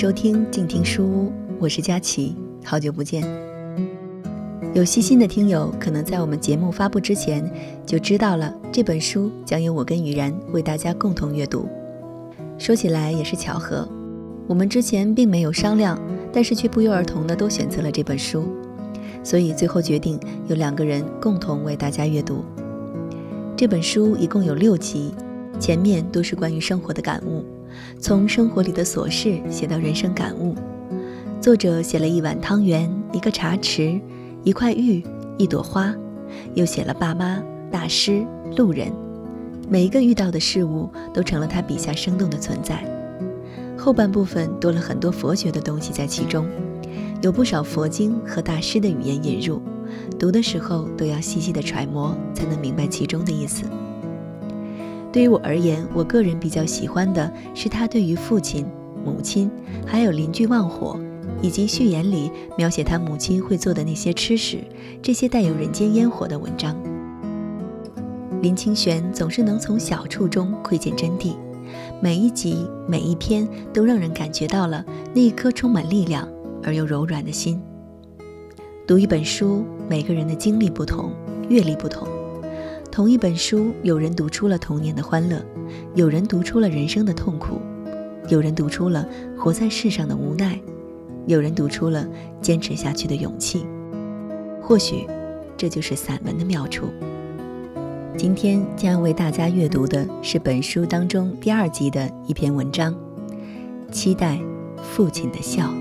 收听静听书屋，我是佳琪，好久不见。有细心的听友可能在我们节目发布之前就知道了，这本书将由我跟雨然为大家共同阅读。说起来也是巧合，我们之前并没有商量，但是却不约而同的都选择了这本书，所以最后决定由2个人共同为大家阅读。这本书一共有6集，前面都是关于生活的感悟，从生活里的琐事写到人生感悟。作者写了1碗汤圆、1个茶匙、1块玉、1朵花，又写了爸妈、大师、路人，每一个遇到的事物都成了他笔下生动的存在。后半部分多了很多佛学的东西在其中，有不少佛经和大师的语言引入，读的时候都要细细的揣摩，才能明白其中的意思。对于我而言，我个人比较喜欢的是他对于父亲、母亲，还有邻居旺火，以及序言里描写他母亲会做的那些吃食，这些带有人间烟火的文章。林清玄总是能从小处中窥见真谛，每一集每一篇都让人感觉到了那一颗充满力量而又柔软的心。读一本书，每个人的经历不同，阅历不同，同一本书，有人读出了童年的欢乐，有人读出了人生的痛苦，有人读出了活在世上的无奈，有人读出了坚持下去的勇气。或许这就是散文的妙处。今天将要为大家阅读的是本书当中第2集的一篇文章，期待父亲的笑。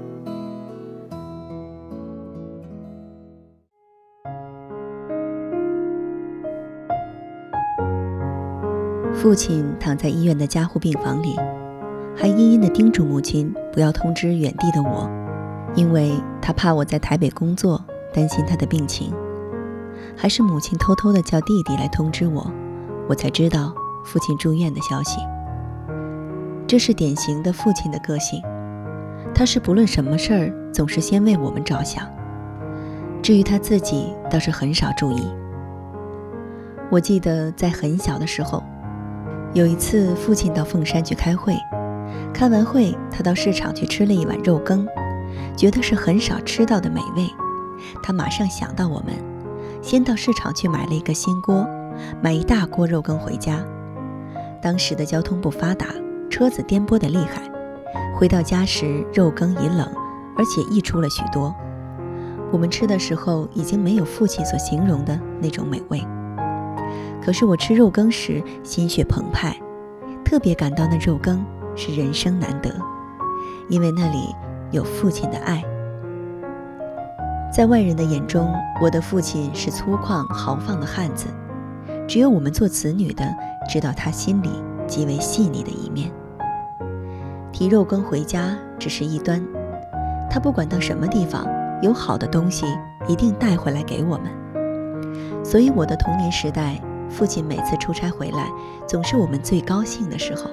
父亲躺在医院的加护病房里，还阴阴地叮嘱母亲不要通知远地的我，因为他怕我在台北工作，担心他的病情。还是母亲偷偷地叫弟弟来通知我，我才知道父亲住院的消息。这是典型的父亲的个性，他是不论什么事儿总是先为我们着想，至于他自己倒是很少注意。我记得在很小的时候，有一次父亲到凤山去开会，开完会他到市场去吃了1碗肉羹，觉得是很少吃到的美味。他马上想到我们，先到市场去买了1个新锅，买1大锅肉羹回家。当时的交通不发达，车子颠簸得厉害，回到家时肉羹已冷，而且溢出了许多。我们吃的时候已经没有父亲所形容的那种美味，可是我吃肉羹时心血澎湃，特别感到那肉羹是人生难得，因为那里有父亲的爱。在外人的眼中，我的父亲是粗犷豪放的汉子，只有我们做子女的知道他心里极为细腻的一面。提肉羹回家只是一端，他不管到什么地方，有好的东西一定带回来给我们。所以我的童年时代，父亲每次出差回来，总是我们最高兴的时候。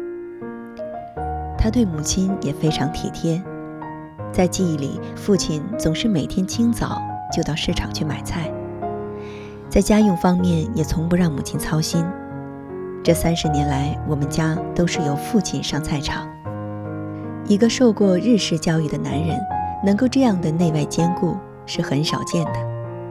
他对母亲也非常体贴，在记忆里，父亲总是每天清早就到市场去买菜，在家用方面也从不让母亲操心。这30年来，我们家都是由父亲上菜场。一个受过日式教育的男人，能够这样的内外兼顾是很少见的。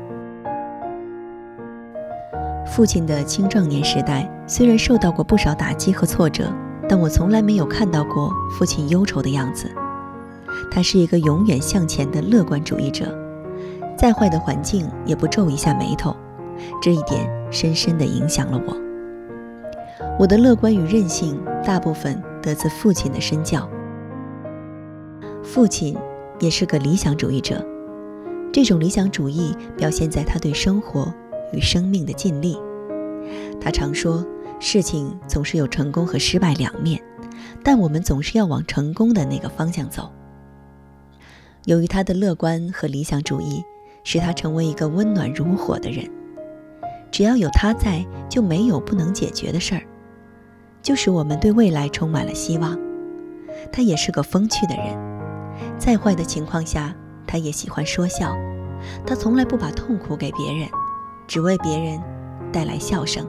父亲的青壮年时代虽然受到过不少打击和挫折，但我从来没有看到过父亲忧愁的样子。他是一个永远向前的乐观主义者，再坏的环境也不皱一下眉头，这一点深深地影响了我。我的乐观与韧性大部分得自父亲的身教。父亲也是个理想主义者，这种理想主义表现在他对生活与生命的尽力。他常说，事情总是有成功和失败2面，但我们总是要往成功的那个方向走。由于他的乐观和理想主义，使他成为一个温暖如火的人。只要有他在，就没有不能解决的事儿，就使我们对未来充满了希望。他也是个风趣的人，再坏的情况下，他也喜欢说笑。他从来不把痛苦给别人，只为别人带来笑声。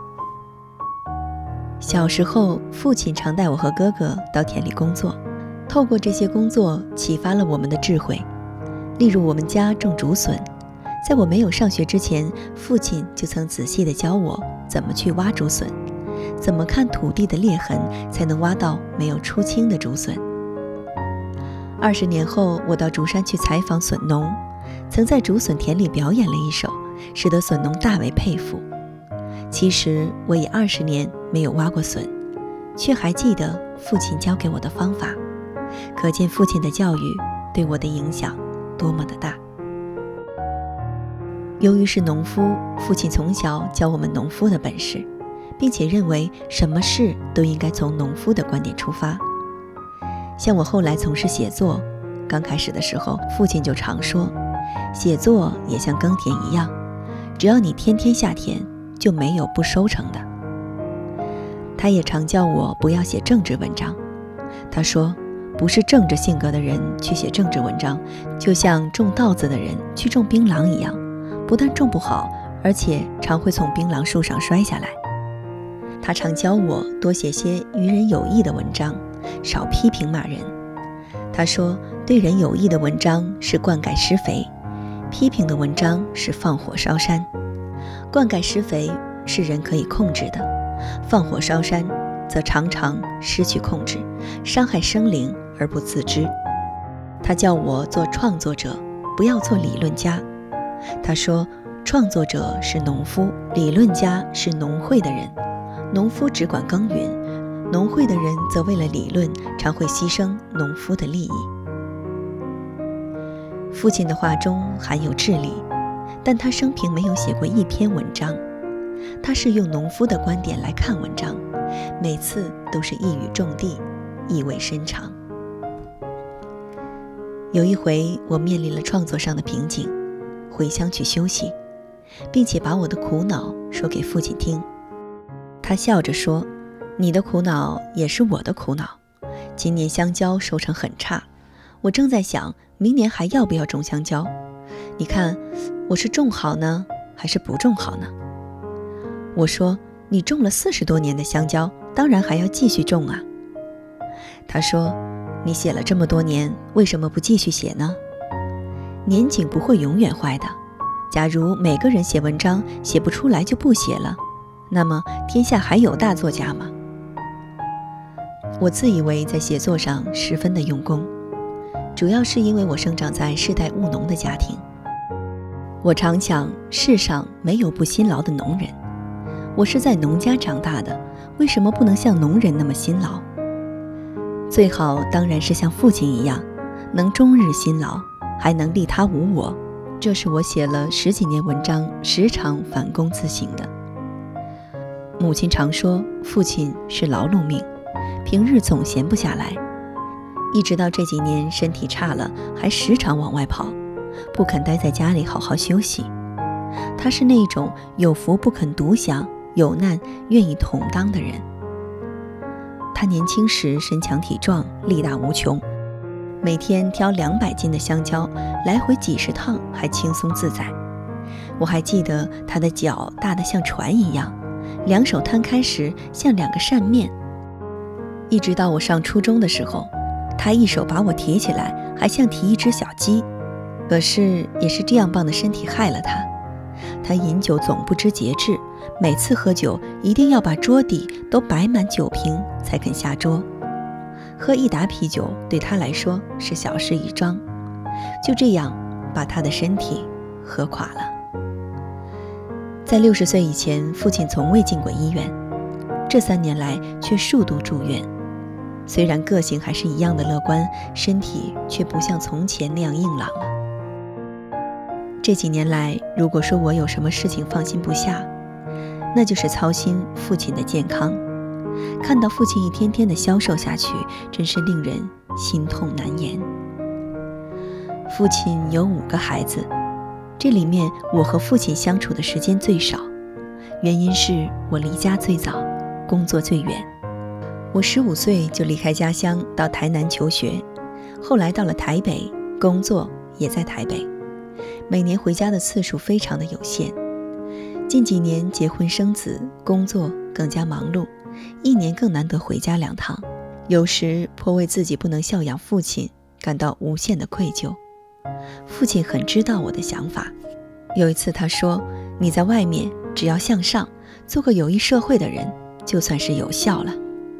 小时候，父亲常带我和哥哥到田里工作， 透过这些工作启发了我们的智慧。例如我们家种竹笋，在我没有上学之前，父亲就曾仔细地教我怎么去挖竹笋，怎么看土地的裂痕才能挖到没有出青的竹笋。20年后，我到竹山去采访笋农，曾在竹笋田里表演了一首，使得笋农大为佩服。其实我已20年没有挖过笋，却还记得父亲教给我的方法，可见父亲的教育对我的影响多么的大。由于是农夫，父亲从小教我们农夫的本事，并且认为什么事都应该从农夫的观点出发。像我后来从事写作，刚开始的时候，父亲就常说，写作也像耕田一样，只要你天天下田，就没有不收成的。他也常叫我不要写政治文章，他说，不是政治性格的人去写政治文章，就像种稻子的人去种槟榔一样，不但种不好，而且常会从槟榔树上摔下来。他常教我多写些与人有益的文章，少批评骂人。他说，对人有益的文章是灌溉施肥，批评的文章是放火烧山。灌溉施肥是人可以控制的，放火烧山则常常失去控制，伤害生灵而不自知。他叫我做创作者，不要做理论家。他说，创作者是农夫，理论家是农会的人。农夫只管耕耘，农会的人则为了理论，常会牺牲农夫的利益。父亲的话中含有智理，但他生平没有写过一篇文章。他是用农夫的观点来看文章，每次都是一语中的，意味深长。有一回，我面临了创作上的瓶颈，回乡去休息，并且把我的苦恼说给父亲听。他笑着说，你的苦恼也是我的苦恼，今年香蕉收成很差，我正在想明年还要不要种香蕉，你看我是种好呢还是不种好呢？我说，你种了40多年的香蕉，当然还要继续种啊。他说，你写了这么多年，为什么不继续写呢？年景不会永远坏的，假如每个人写文章写不出来就不写了，那么天下还有大作家吗？我自以为在写作上十分的用功，主要是因为我生长在世代务农的家庭。我常想，世上没有不辛劳的农人，我是在农家长大的，为什么不能像农人那么辛劳？最好当然是像父亲一样，能终日辛劳，还能利他无我。这是我写了10几年文章，时常反躬自省的。母亲常说，父亲是劳碌命，平日总闲不下来，一直到这几年身体差了，还时常往外跑，不肯待在家里好好休息。他是那种有福不肯独享，有难愿意同当的人。他年轻时身强体壮，力大无穷，每天挑200斤的香蕉，来回几10趟还轻松自在。我还记得他的脚大得像船一样，2手摊开时像2个扇面。一直到我上初中的时候，他一手把我提起来，还像提一只小鸡。可是也是这样棒的身体害了他。他饮酒总不知节制，每次喝酒一定要把桌底都摆满酒瓶才肯下桌。喝1打啤酒对他来说是小事一桩，就这样把他的身体喝垮了。在60岁以前，父亲从未进过医院，这3年来却数度住院。虽然个性还是一样的乐观，身体却不像从前那样硬朗了。这几年来，如果说我有什么事情放心不下，那就是操心父亲的健康。看到父亲一天天的消瘦下去，真是令人心痛难言。父亲有5个孩子，这里面我和父亲相处的时间最少，原因是我离家最早，工作最远。我15岁就离开家乡到台南求学，后来到了台北，工作也在台北，每年回家的次数非常的有限。近几年结婚生子，工作更加忙碌，1年更难得回家2趟， 有时颇为自己不能孝养父亲感到无限的愧疚。父亲很知道我的想法，有一次他说，你在外面只要向上，做个有益社会的人，就算是有效了。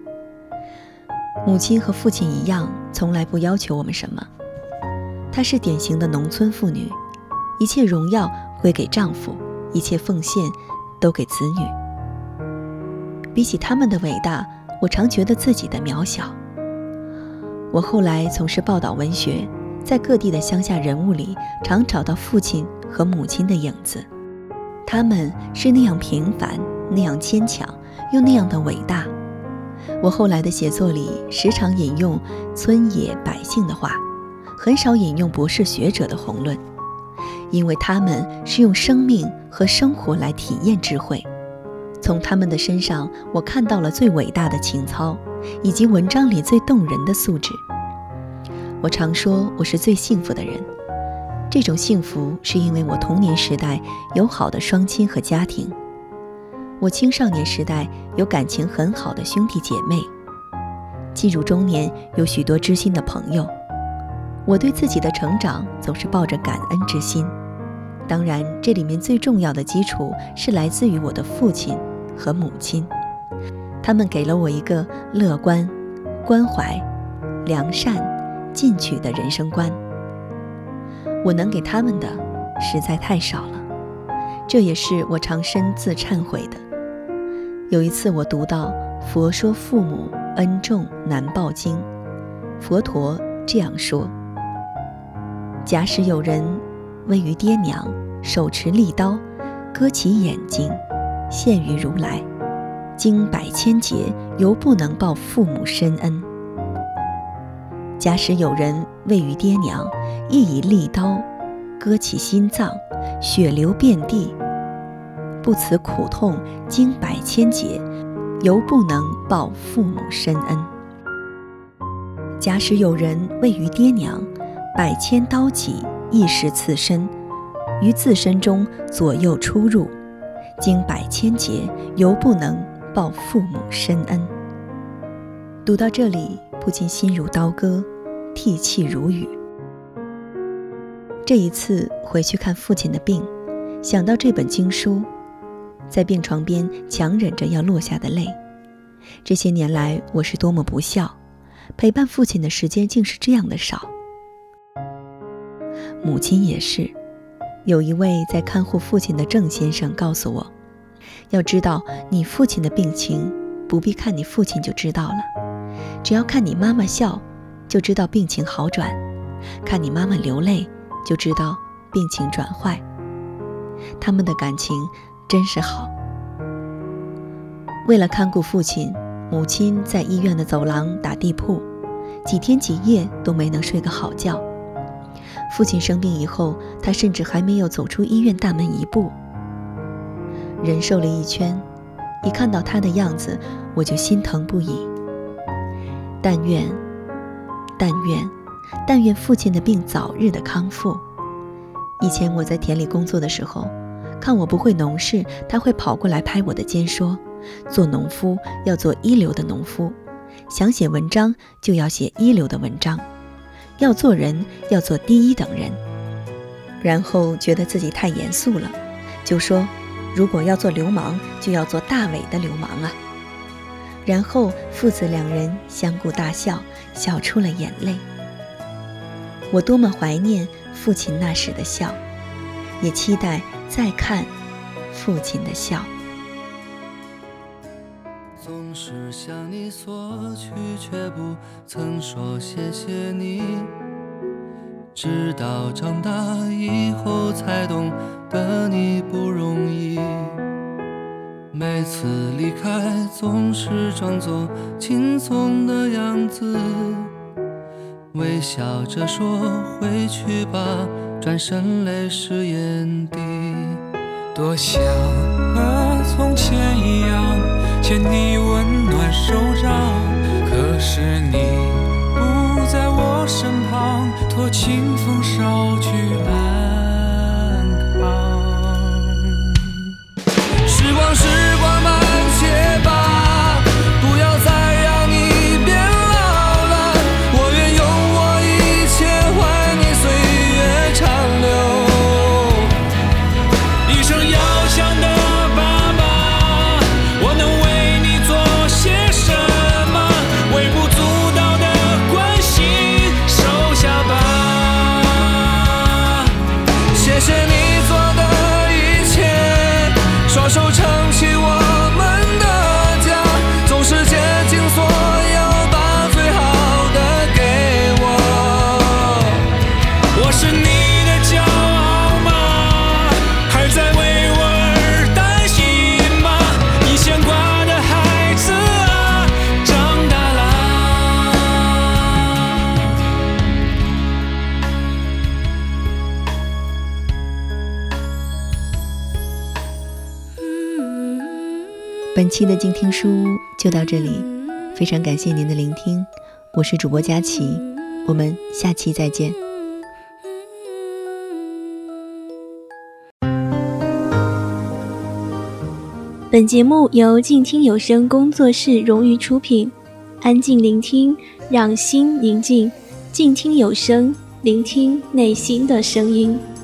母亲和父亲一样，从来不要求我们什么。她是典型的农村妇女，一切荣耀归给丈夫，一切奉献都给子女。比起他们的伟大，我常觉得自己的渺小。我后来从事报道文学，在各地的乡下人物里，常找到父亲和母亲的影子。他们是那样平凡，那样坚强，又那样的伟大。我后来的写作里，时常引用村野百姓的话，很少引用博士学者的宏论，因为他们是用生命和生活来体验智慧。从他们的身上，我看到了最伟大的情操，以及文章里最动人的素质。我常说我是最幸福的人，这种幸福是因为我童年时代有好的双亲和家庭，我青少年时代有感情很好的兄弟姐妹，进入中年有许多知心的朋友。我对自己的成长总是抱着感恩之心，当然这里面最重要的基础是来自于我的父亲和母亲，他们给了我一个乐观、关怀、良善、进取的人生观。我能给他们的实在太少了，这也是我常深自忏悔的。有一次我读到佛说父母恩重难报经，佛陀这样说，假使有人位于爹娘，手持利刀，割其眼睛，献于如来，经百千劫，犹不能报父母深恩。假使有人位于爹娘，亦以利刀割其心脏，血流遍地，不辞苦痛，经百千劫，犹不能报父母深恩。假使有人位于爹娘，百千刀戟亦是刺身，于自身中左右出入，经百千劫，犹不能报父母深恩。读到这里，不禁心如刀割，涕泣如雨。这一次回去看父亲的病，想到这本经书，在病床边强忍着要落下的泪。这些年来我是多么不孝，陪伴父亲的时间竟是这样的少。母亲也是，有一位在看护父亲的郑先生告诉我，要知道你父亲的病情，不必看你父亲就知道了，只要看你妈妈笑，就知道病情好转，看你妈妈流泪，就知道病情转坏。他们的感情真是好。为了看顾父亲，母亲在医院的走廊打地铺，几天几夜都没能睡个好觉。父亲生病以后，他甚至还没有走出医院大门一步。人瘦了一圈，一看到他的样子，我就心疼不已。但愿父亲的病早日的康复。以前我在田里工作的时候，看我不会农事，他会跑过来拍我的肩说，做农夫要做一流的农夫，想写文章就要写一流的文章，要做人要做第一等人。然后觉得自己太严肃了，就说如果要做流氓，就要做大伟的流氓啊。然后父子两人相顾大笑，笑出了眼泪。我多么怀念父亲那时的笑，也期待再看父亲的笑。 总是向你索取，却不曾说谢谢你，直到长大以后才懂得你不容易。每次离开总是装作轻松的样子，微笑着说回去吧，转身泪湿眼底。 多想和从前一样牵你温暖手掌，可是你不在我身旁，托清风捎去安康。时光慢些吧，不要再让你变老。 本期的静听书屋就到这里，非常感谢您的聆听，我是主播佳琪，我们下期再见。 本节目由静听有声工作室荣誉出品，安静聆听，让心宁静，静听有声，聆听内心的声音。